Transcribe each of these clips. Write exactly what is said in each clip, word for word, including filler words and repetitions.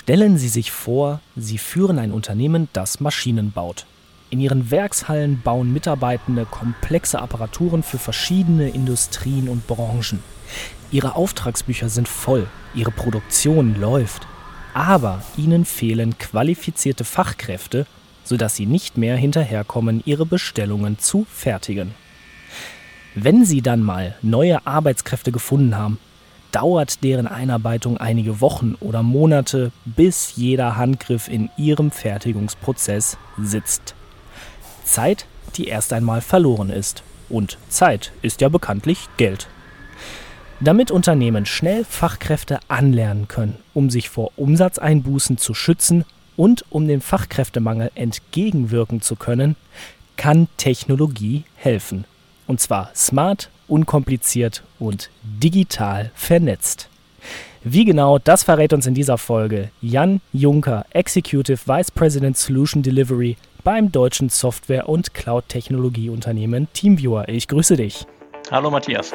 Stellen Sie sich vor, Sie führen ein Unternehmen, das Maschinen baut. In Ihren Werkshallen bauen Mitarbeitende komplexe Apparaturen für verschiedene Industrien und Branchen. Ihre Auftragsbücher sind voll, Ihre Produktion läuft. Aber Ihnen fehlen qualifizierte Fachkräfte, sodass Sie nicht mehr hinterherkommen, Ihre Bestellungen zu fertigen. Wenn Sie dann mal neue Arbeitskräfte gefunden haben, dauert deren Einarbeitung einige Wochen oder Monate, bis jeder Handgriff in Ihrem Fertigungsprozess sitzt. Zeit, die erst einmal verloren ist. Und Zeit ist ja bekanntlich Geld. Damit Unternehmen schnell Fachkräfte anlernen können, um sich vor Umsatzeinbußen zu schützen und um dem Fachkräftemangel entgegenwirken zu können, kann Technologie helfen. Und zwar smart, unkompliziert und digital vernetzt. Wie genau, das verrät uns in dieser Folge Jan Juncker, Executive Vice President Solution Delivery beim deutschen Software- und Cloud-Technologieunternehmen TeamViewer. Ich grüße dich. Hallo Matthias.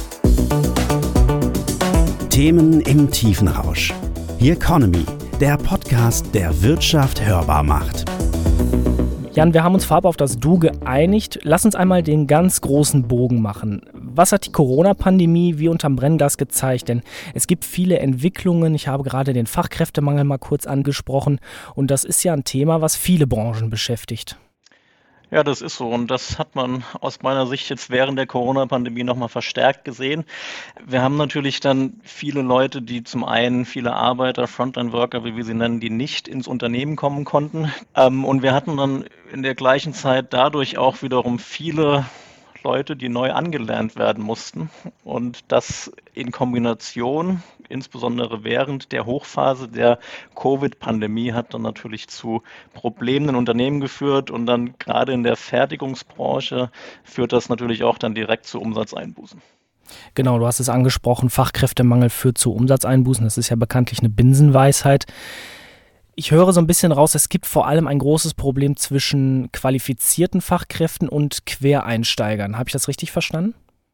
Themen im Tiefenrausch. The Economy, der Podcast, der Wirtschaft hörbar macht. Jan, wir haben uns vorab auf das Du geeinigt. Lass uns einmal den ganz großen Bogen machen. Was hat die Corona-Pandemie wie unterm Brennglas gezeigt? Denn es gibt viele Entwicklungen. Ich habe gerade den Fachkräftemangel mal kurz angesprochen. Und das ist ja ein Thema, was viele Branchen beschäftigt. Ja, das ist so und das hat man aus meiner Sicht jetzt während der Corona-Pandemie nochmal verstärkt gesehen. Wir haben natürlich dann viele Leute, die zum einen, viele Arbeiter, Frontline-Worker, wie wir sie nennen, die nicht ins Unternehmen kommen konnten. Ähm, und wir hatten dann in der gleichen Zeit dadurch auch wiederum viele Leute, die neu angelernt werden mussten. Und das in Kombination, insbesondere während der Hochphase der Covid-Pandemie, hat dann natürlich zu Problemen in Unternehmen geführt. Und dann gerade in der Fertigungsbranche führt das natürlich auch dann direkt zu Umsatzeinbußen. Genau, du hast es angesprochen, Fachkräftemangel führt zu Umsatzeinbußen. Das ist ja bekanntlich eine Binsenweisheit. Ich höre so ein bisschen raus, es gibt vor allem ein großes Problem zwischen qualifizierten Fachkräften und Quereinsteigern. Habe ich das richtig verstanden?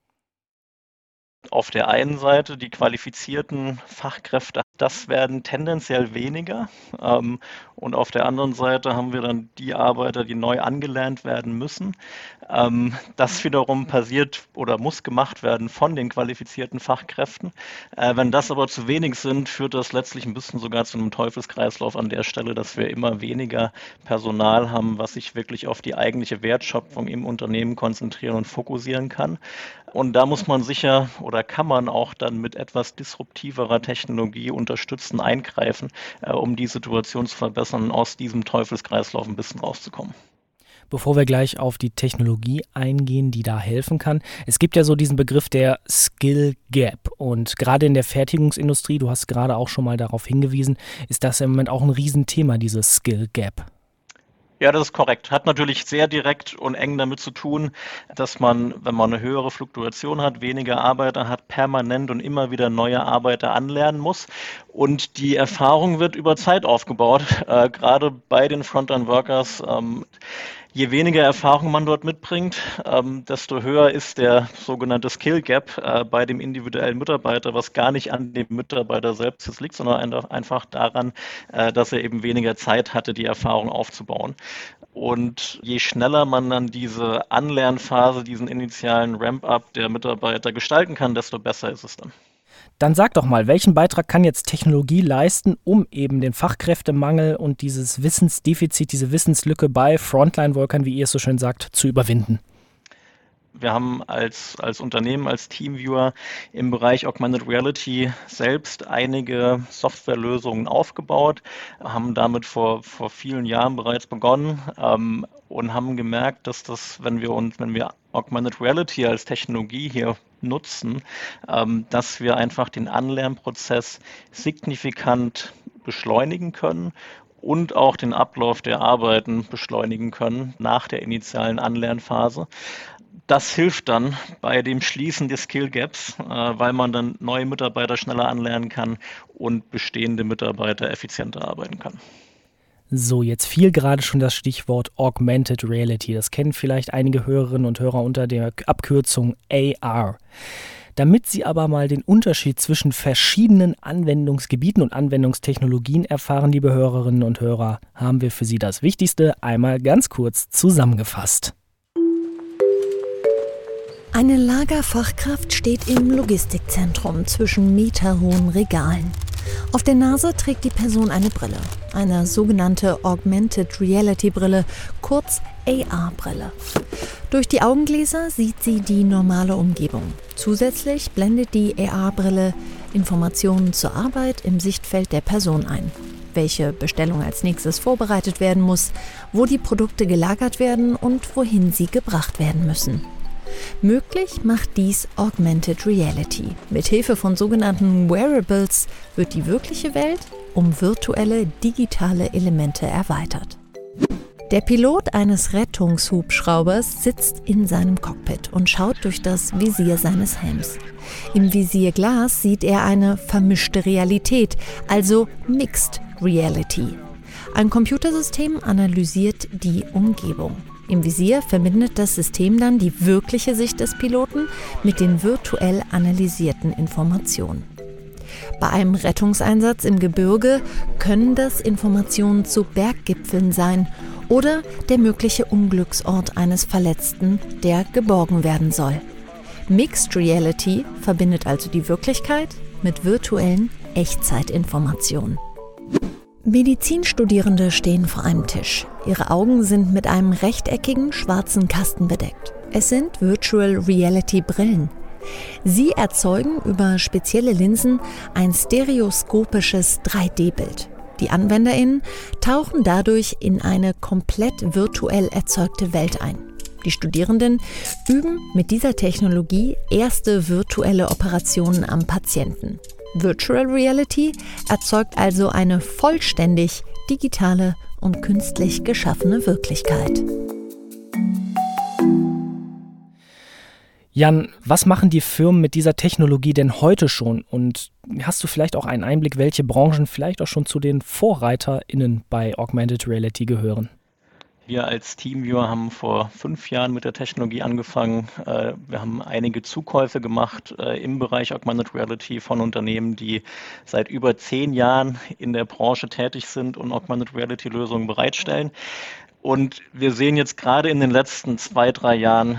Auf der einen Seite die qualifizierten Fachkräfte, das werden tendenziell weniger. Ähm, und auf der anderen Seite haben wir dann die Arbeiter, die neu angelernt werden müssen. Ähm, das wiederum passiert oder muss gemacht werden von den qualifizierten Fachkräften. Äh, wenn das aber zu wenig sind, führt das letztlich ein bisschen sogar zu einem Teufelskreislauf an der Stelle, dass wir immer weniger Personal haben, was sich wirklich auf die eigentliche Wertschöpfung im Unternehmen konzentrieren und fokussieren kann. Und da muss man sicher oder kann man auch dann mit etwas disruptiverer Technologie unterstützen, eingreifen, äh, um die Situation zu verbessern und aus diesem Teufelskreislauf ein bisschen rauszukommen. Bevor wir gleich auf die Technologie eingehen, die da helfen kann. Es gibt ja so diesen Begriff der Skill Gap und gerade in der Fertigungsindustrie, du hast gerade auch schon mal darauf hingewiesen, ist das im Moment auch ein Riesenthema, dieses Skill Gap. Ja, das ist korrekt. Hat natürlich sehr direkt und eng damit zu tun, dass man, wenn man eine höhere Fluktuation hat, weniger Arbeiter hat, permanent und immer wieder neue Arbeiter anlernen muss. Und die Erfahrung wird über Zeit aufgebaut, äh, gerade bei den Frontline-Workers. Ähm, Je weniger Erfahrung man dort mitbringt, ähm, desto höher ist der sogenannte Skill Gap äh, bei dem individuellen Mitarbeiter, was gar nicht an dem Mitarbeiter selbst jetzt liegt, sondern einfach daran, äh, dass er eben weniger Zeit hatte, die Erfahrung aufzubauen. Und je schneller man dann diese Anlernphase, diesen initialen Ramp-up der Mitarbeiter gestalten kann, desto besser ist es dann. Dann sag doch mal, welchen Beitrag kann jetzt Technologie leisten, um eben den Fachkräftemangel und dieses Wissensdefizit, diese Wissenslücke bei Frontline-Workern, wie ihr es so schön sagt, zu überwinden? Wir haben als, als Unternehmen, als TeamViewer im Bereich Augmented Reality selbst einige Softwarelösungen aufgebaut, haben damit vor, vor vielen Jahren bereits begonnen ähm, und haben gemerkt, dass das, wenn wir uns, wenn wir Augmented Reality als Technologie hier nutzen, ähm, dass wir einfach den Anlernprozess signifikant beschleunigen können und auch den Ablauf der Arbeiten beschleunigen können nach der initialen Anlernphase. Das hilft dann bei dem Schließen des Skill Gaps, äh, weil man dann neue Mitarbeiter schneller anlernen kann und bestehende Mitarbeiter effizienter arbeiten kann. So, jetzt fiel gerade schon das Stichwort Augmented Reality. Das kennen vielleicht einige Hörerinnen und Hörer unter der Abkürzung A R. Damit Sie aber mal den Unterschied zwischen verschiedenen Anwendungsgebieten und Anwendungstechnologien erfahren, liebe Hörerinnen und Hörer, haben wir für Sie das Wichtigste einmal ganz kurz zusammengefasst. Eine Lagerfachkraft steht im Logistikzentrum zwischen meterhohen Regalen. Auf der Nase trägt die Person eine Brille, eine sogenannte Augmented Reality Brille, kurz A R-Brille. Durch die Augengläser sieht sie die normale Umgebung. Zusätzlich blendet die A R-Brille Informationen zur Arbeit im Sichtfeld der Person ein. Welche Bestellung als nächstes vorbereitet werden muss, wo die Produkte gelagert werden und wohin sie gebracht werden müssen. Möglich macht dies Augmented Reality. Mithilfe von sogenannten Wearables wird die wirkliche Welt um virtuelle, digitale Elemente erweitert. Der Pilot eines Rettungshubschraubers sitzt in seinem Cockpit und schaut durch das Visier seines Helms. Im Visierglas sieht er eine vermischte Realität, also Mixed Reality. Ein Computersystem analysiert die Umgebung. Im Visier verbindet das System dann die wirkliche Sicht des Piloten mit den virtuell analysierten Informationen. Bei einem Rettungseinsatz im Gebirge können das Informationen zu Berggipfeln sein oder der mögliche Unglücksort eines Verletzten, der geborgen werden soll. Mixed Reality verbindet also die Wirklichkeit mit virtuellen Echtzeitinformationen. Medizinstudierende stehen vor einem Tisch. Ihre Augen sind mit einem rechteckigen, schwarzen Kasten bedeckt. Es sind Virtual Reality Brillen. Sie erzeugen über spezielle Linsen ein stereoskopisches drei D Bild. Die AnwenderInnen tauchen dadurch in eine komplett virtuell erzeugte Welt ein. Die Studierenden üben mit dieser Technologie erste virtuelle Operationen am Patienten. Virtual Reality erzeugt also eine vollständig digitale und künstlich geschaffene Wirklichkeit. Jan, was machen die Firmen mit dieser Technologie denn heute schon? Und hast du vielleicht auch einen Einblick, welche Branchen vielleicht auch schon zu den VorreiterInnen bei Augmented Reality gehören? Wir als TeamViewer haben vor fünf Jahren mit der Technologie angefangen. Wir haben einige Zukäufe gemacht im Bereich Augmented Reality von Unternehmen, die seit über zehn Jahren in der Branche tätig sind und Augmented Reality-Lösungen bereitstellen. Und wir sehen jetzt gerade in den letzten zwei, drei Jahren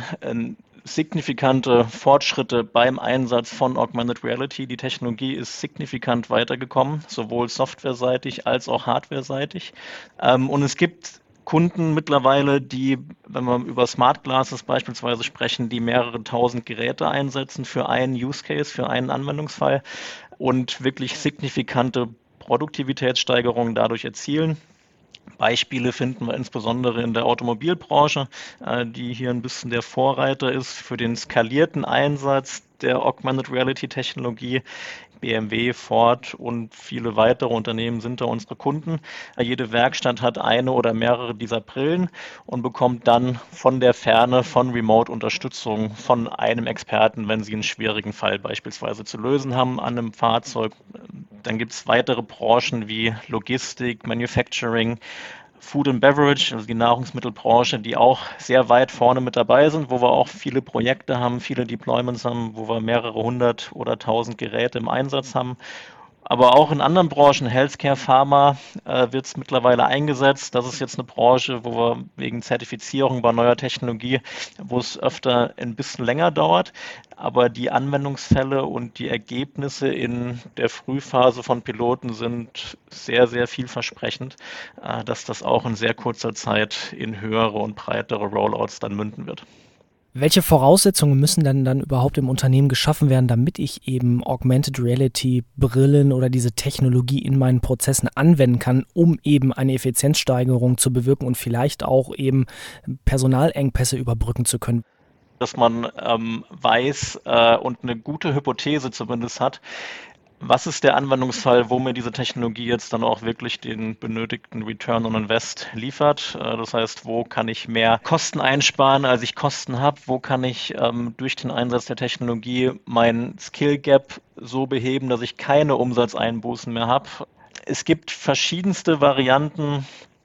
signifikante Fortschritte beim Einsatz von Augmented Reality. Die Technologie ist signifikant weitergekommen, sowohl softwareseitig als auch hardwareseitig. Und es gibt Kunden mittlerweile, die, wenn wir über Smart Glasses beispielsweise sprechen, die mehrere tausend Geräte einsetzen für einen Use Case, für einen Anwendungsfall und wirklich signifikante Produktivitätssteigerungen dadurch erzielen. Beispiele finden wir insbesondere in der Automobilbranche, die hier ein bisschen der Vorreiter ist für den skalierten Einsatz der Augmented Reality Technologie. B M W, Ford und viele weitere Unternehmen sind da unsere Kunden. Jede Werkstatt hat eine oder mehrere dieser Brillen und bekommt dann von der Ferne, von Remote Unterstützung von einem Experten, wenn sie einen schwierigen Fall beispielsweise zu lösen haben an einem Fahrzeug. Dann gibt es weitere Branchen wie Logistik, Manufacturing, Food and Beverage, also die Nahrungsmittelbranche, die auch sehr weit vorne mit dabei sind, wo wir auch viele Projekte haben, viele Deployments haben, wo wir mehrere hundert oder tausend Geräte im Einsatz haben. Aber auch in anderen Branchen, Healthcare, Pharma, äh, wird es mittlerweile eingesetzt. Das ist jetzt eine Branche, wo wir wegen Zertifizierung bei neuer Technologie, wo es öfter ein bisschen länger dauert. Aber die Anwendungsfälle und die Ergebnisse in der Frühphase von Piloten sind sehr, sehr vielversprechend, äh, dass das auch in sehr kurzer Zeit in höhere und breitere Rollouts dann münden wird. Welche Voraussetzungen müssen denn dann überhaupt im Unternehmen geschaffen werden, damit ich eben Augmented Reality Brillen oder diese Technologie in meinen Prozessen anwenden kann, um eben eine Effizienzsteigerung zu bewirken und vielleicht auch eben Personalengpässe überbrücken zu können? Dass man ähm, weiß äh, und eine gute Hypothese zumindest hat, was ist der Anwendungsfall, wo mir diese Technologie jetzt dann auch wirklich den benötigten Return on Invest liefert? Das heißt, wo kann ich mehr Kosten einsparen, als ich Kosten habe? Wo kann ich ähm, durch den Einsatz der Technologie mein Skill Gap so beheben, dass ich keine Umsatzeinbußen mehr habe? Es gibt verschiedenste Varianten,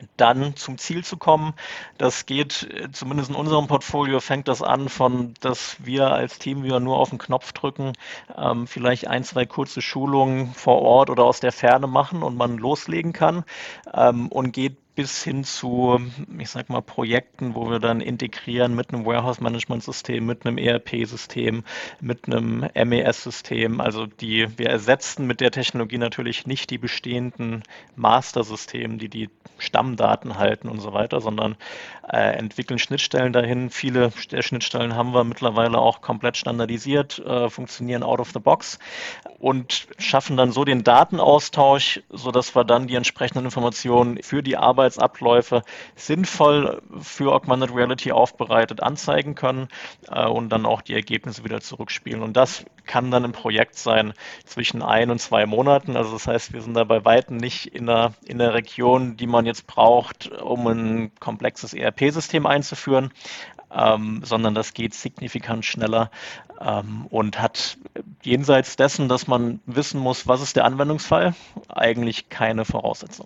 dann zum Ziel zu kommen. Das geht, zumindest in unserem Portfolio, fängt das an von, dass wir als TeamViewer nur auf den Knopf drücken, ähm, vielleicht ein, zwei kurze Schulungen vor Ort oder aus der Ferne machen und man loslegen kann, ähm, und geht bis hin zu, ich sag mal, Projekten, wo wir dann integrieren mit einem Warehouse-Management-System, mit einem E R P-System, mit einem M E S-System. Also die, wir ersetzen mit der Technologie natürlich nicht die bestehenden Master-Systeme, die die Stammdaten halten und so weiter, sondern äh, entwickeln Schnittstellen dahin. Viele der Schnittstellen haben wir mittlerweile auch komplett standardisiert, äh, funktionieren out of the box und schaffen dann so den Datenaustausch, sodass wir dann die entsprechenden Informationen für die Arbeitsabläufe sinnvoll für Augmented Reality aufbereitet anzeigen können äh, und dann auch die Ergebnisse wieder zurückspielen. Und das kann dann ein Projekt sein zwischen ein und zwei Monaten. Also das heißt, wir sind da bei Weitem nicht in einer, in der Region, die man jetzt braucht, um ein komplexes E R P-System einzuführen, ähm, sondern das geht signifikant schneller ähm, und hat jenseits dessen, dass man wissen muss, was ist der Anwendungsfall, eigentlich keine Voraussetzung.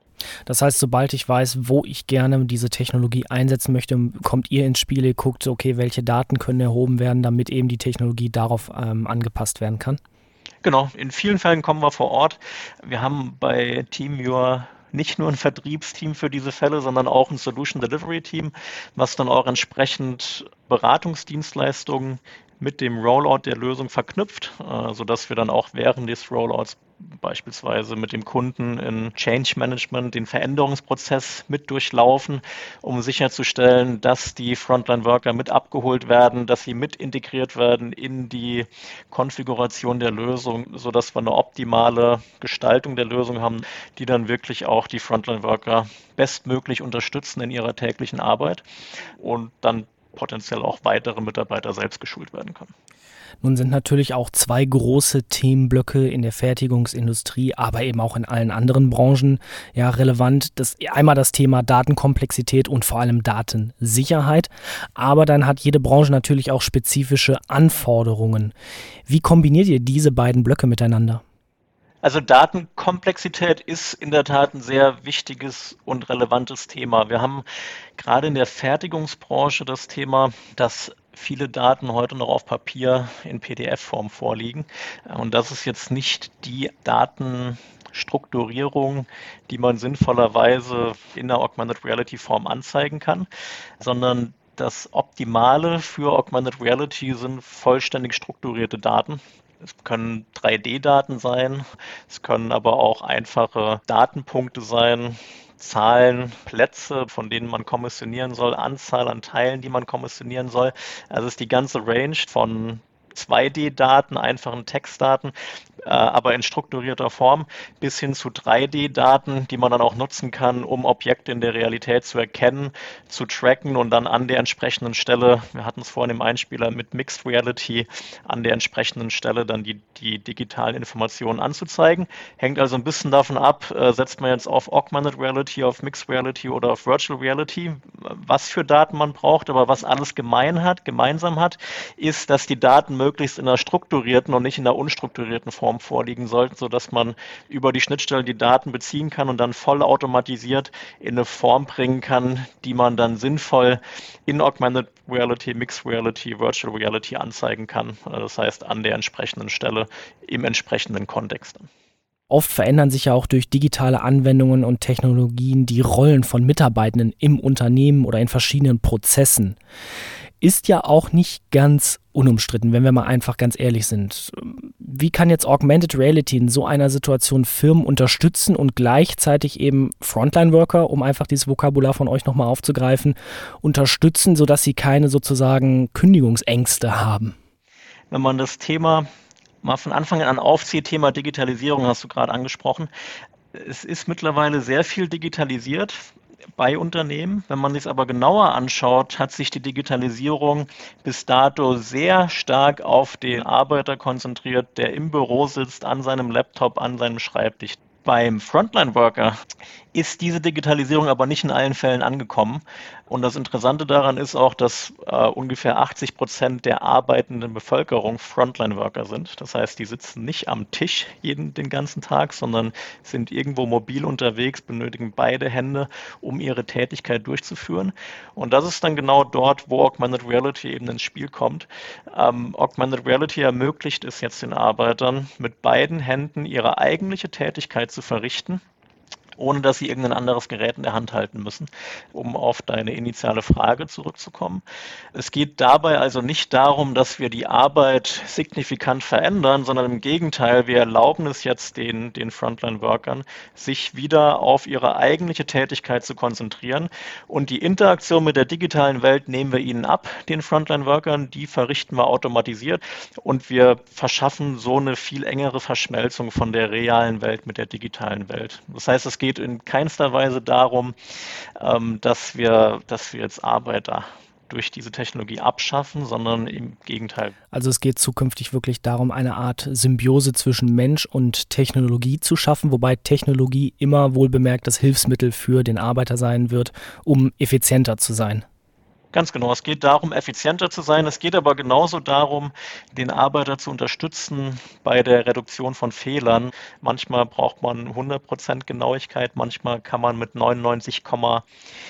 Das heißt, sobald ich weiß, wo ich gerne diese Technologie einsetzen möchte, kommt ihr ins Spiel, ihr guckt, okay, welche Daten können erhoben werden, damit eben die Technologie darauf ähm, angepasst werden kann? Genau, in vielen Fällen kommen wir vor Ort. Wir haben bei TeamViewer nicht nur ein Vertriebsteam für diese Fälle, sondern auch ein Solution Delivery Team, was dann auch entsprechend Beratungsdienstleistungen mit dem Rollout der Lösung verknüpft, äh, sodass wir dann auch während des Rollouts beispielsweise mit dem Kunden in Change Management den Veränderungsprozess mit durchlaufen, um sicherzustellen, dass die Frontline Worker mit abgeholt werden, dass sie mit integriert werden in die Konfiguration der Lösung, sodass wir eine optimale Gestaltung der Lösung haben, die dann wirklich auch die Frontline Worker bestmöglich unterstützen in ihrer täglichen Arbeit und dann potenziell auch weitere Mitarbeiter selbst geschult werden können. Nun sind natürlich auch zwei große Themenblöcke in der Fertigungsindustrie, aber eben auch in allen anderen Branchen ja relevant. Das, einmal das Thema Datenkomplexität und vor allem Datensicherheit, aber dann hat jede Branche natürlich auch spezifische Anforderungen. Wie kombiniert ihr diese beiden Blöcke miteinander? Also Datenkomplexität ist in der Tat ein sehr wichtiges und relevantes Thema. Wir haben gerade in der Fertigungsbranche das Thema, dass viele Daten heute noch auf Papier in P D F-Form vorliegen. Und das ist jetzt nicht die Datenstrukturierung, die man sinnvollerweise in der Augmented Reality Form anzeigen kann, sondern das Optimale für Augmented Reality sind vollständig strukturierte Daten. Es können drei D Daten sein, es können aber auch einfache Datenpunkte sein, Zahlen, Plätze, von denen man kommissionieren soll, Anzahl an Teilen, die man kommissionieren soll. Also es ist die ganze Range von zwei D Daten, einfachen Textdaten, äh, aber in strukturierter Form, bis hin zu drei D Daten, die man dann auch nutzen kann, um Objekte in der Realität zu erkennen, zu tracken und dann an der entsprechenden Stelle, wir hatten es vorhin im Einspieler mit Mixed Reality, an der entsprechenden Stelle dann die, die digitalen Informationen anzuzeigen. Hängt also ein bisschen davon ab, äh, setzt man jetzt auf Augmented Reality, auf Mixed Reality oder auf Virtual Reality, was für Daten man braucht, aber was alles gemein hat, gemeinsam hat, ist, dass die Daten möglichst in einer strukturierten und nicht in einer unstrukturierten Form vorliegen sollten, sodass man über die Schnittstellen die Daten beziehen kann und dann vollautomatisiert in eine Form bringen kann, die man dann sinnvoll in Augmented Reality, Mixed Reality, Virtual Reality anzeigen kann. Das heißt, an der entsprechenden Stelle im entsprechenden Kontext. Oft verändern sich ja auch durch digitale Anwendungen und Technologien die Rollen von Mitarbeitenden im Unternehmen oder in verschiedenen Prozessen. Ist ja auch nicht ganz unumstritten, wenn wir mal einfach ganz ehrlich sind. Wie kann jetzt Augmented Reality in so einer Situation Firmen unterstützen und gleichzeitig eben Frontline-Worker, um einfach dieses Vokabular von euch nochmal aufzugreifen, unterstützen, sodass sie keine sozusagen Kündigungsängste haben? Wenn man das Thema mal von Anfang an aufzieht, Thema Digitalisierung hast du gerade angesprochen. Es ist mittlerweile sehr viel digitalisiert bei Unternehmen. Wenn man sich es aber genauer anschaut, hat sich die Digitalisierung bis dato sehr stark auf den Arbeiter konzentriert, der im Büro sitzt, an seinem Laptop, an seinem Schreibtisch. Beim Frontline-Worker ist diese Digitalisierung aber nicht in allen Fällen angekommen. Und das Interessante daran ist auch, dass äh, ungefähr achtzig Prozent der arbeitenden Bevölkerung Frontline-Worker sind. Das heißt, die sitzen nicht am Tisch jeden, den ganzen Tag, sondern sind irgendwo mobil unterwegs, benötigen beide Hände, um ihre Tätigkeit durchzuführen. Und das ist dann genau dort, wo Augmented Reality eben ins Spiel kommt. Ähm, Augmented Reality ermöglicht es jetzt den Arbeitern, mit beiden Händen ihre eigentliche Tätigkeit zu verrichten, ohne dass sie irgendein anderes Gerät in der Hand halten müssen, um auf deine initiale Frage zurückzukommen. Es geht dabei also nicht darum, dass wir die Arbeit signifikant verändern, sondern im Gegenteil, wir erlauben es jetzt den, den Frontline-Workern, sich wieder auf ihre eigentliche Tätigkeit zu konzentrieren. Und die Interaktion mit der digitalen Welt nehmen wir ihnen ab, den Frontline-Workern, die verrichten wir automatisiert und wir verschaffen so eine viel engere Verschmelzung von der realen Welt mit der digitalen Welt. Das heißt, es geht in keinster Weise darum, ähm, dass wir, dass wir jetzt Arbeiter durch diese Technologie abschaffen, sondern im Gegenteil. Also es geht zukünftig wirklich darum, eine Art Symbiose zwischen Mensch und Technologie zu schaffen, wobei Technologie immer wohlbemerkt das Hilfsmittel für den Arbeiter sein wird, um effizienter zu sein. Ganz genau. Es geht darum, effizienter zu sein. Es geht aber genauso darum, den Arbeiter zu unterstützen bei der Reduktion von Fehlern. Manchmal braucht man hundert Prozent Genauigkeit, manchmal kann man mit neunundneunzig Komma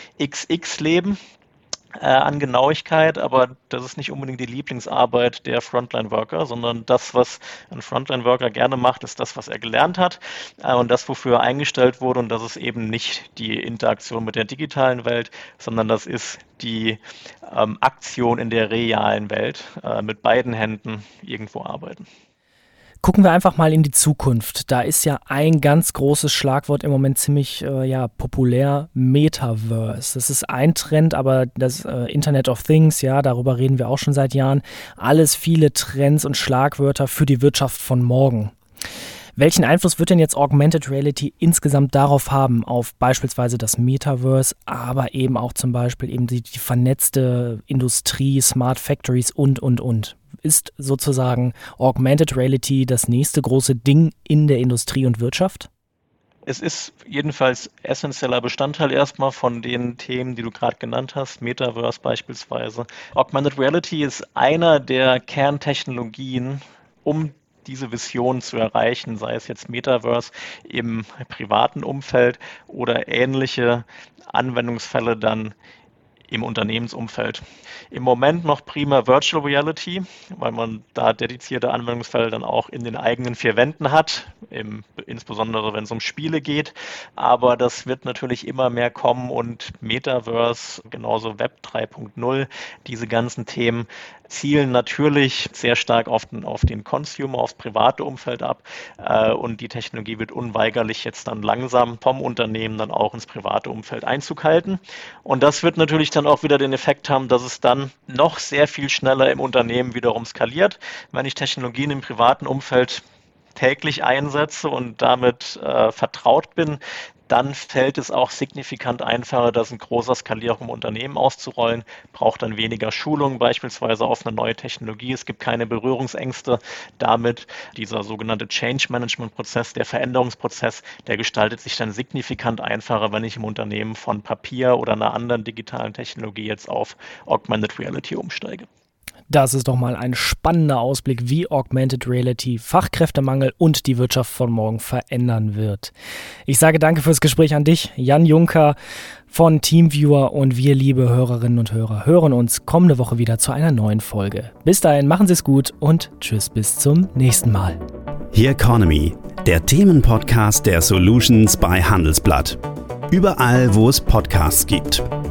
x x leben. Äh, an Genauigkeit, aber das ist nicht unbedingt die Lieblingsarbeit der Frontline-Worker, sondern das, was ein Frontline-Worker gerne macht, ist das, was er gelernt hat äh, und das, wofür er eingestellt wurde, und das ist eben nicht die Interaktion mit der digitalen Welt, sondern das ist die ähm, Aktion in der realen Welt, äh, mit beiden Händen irgendwo arbeiten. Gucken wir einfach mal in die Zukunft. Da ist ja ein ganz großes Schlagwort im Moment ziemlich äh, ja, populär, Metaverse. Das ist ein Trend, aber das äh, Internet of Things, ja, darüber reden wir auch schon seit Jahren. Alles viele Trends und Schlagwörter für die Wirtschaft von morgen. Welchen Einfluss wird denn jetzt Augmented Reality insgesamt darauf haben, auf beispielsweise das Metaverse, aber eben auch zum Beispiel eben die, die vernetzte Industrie, Smart Factories und, und, und? Ist sozusagen Augmented Reality das nächste große Ding in der Industrie und Wirtschaft? Es ist jedenfalls essentieller Bestandteil erstmal von den Themen, die du gerade genannt hast, Metaverse beispielsweise. Augmented Reality ist einer der Kerntechnologien, um diese Vision zu erreichen, sei es jetzt Metaverse im privaten Umfeld oder ähnliche Anwendungsfälle dann im Unternehmensumfeld. Im Moment noch prima Virtual Reality, weil man da dedizierte Anwendungsfälle dann auch in den eigenen vier Wänden hat, im, insbesondere wenn es um Spiele geht. Aber das wird natürlich immer mehr kommen und Metaverse, genauso Web drei Punkt null, diese ganzen Themen zielen natürlich sehr stark auf den, auf den Consumer, aufs private Umfeld ab. Äh, und die Technologie wird unweigerlich jetzt dann langsam vom Unternehmen dann auch ins private Umfeld Einzug halten. Und das wird natürlich dann auch wieder den Effekt haben, dass es dann noch sehr viel schneller im Unternehmen wiederum skaliert. Wenn ich Technologien im privaten Umfeld täglich einsetze und damit äh, vertraut bin, dann fällt es auch signifikant einfacher, das in großer Skalierung im Unternehmen auszurollen, braucht dann weniger Schulung beispielsweise auf eine neue Technologie. Es gibt keine Berührungsängste damit. Dieser sogenannte Change-Management-Prozess, der Veränderungsprozess, der gestaltet sich dann signifikant einfacher, wenn ich im Unternehmen von Papier oder einer anderen digitalen Technologie jetzt auf Augmented Reality umsteige. Das ist doch mal ein spannender Ausblick, wie Augmented Reality Fachkräftemangel und die Wirtschaft von morgen verändern wird. Ich sage danke fürs Gespräch an dich, Jan Juncker von TeamViewer, und wir, liebe Hörerinnen und Hörer, hören uns kommende Woche wieder zu einer neuen Folge. Bis dahin, machen Sie es gut und tschüss, bis zum nächsten Mal. Here Economy, der Themenpodcast der Solutions bei Handelsblatt. Überall, wo es Podcasts gibt.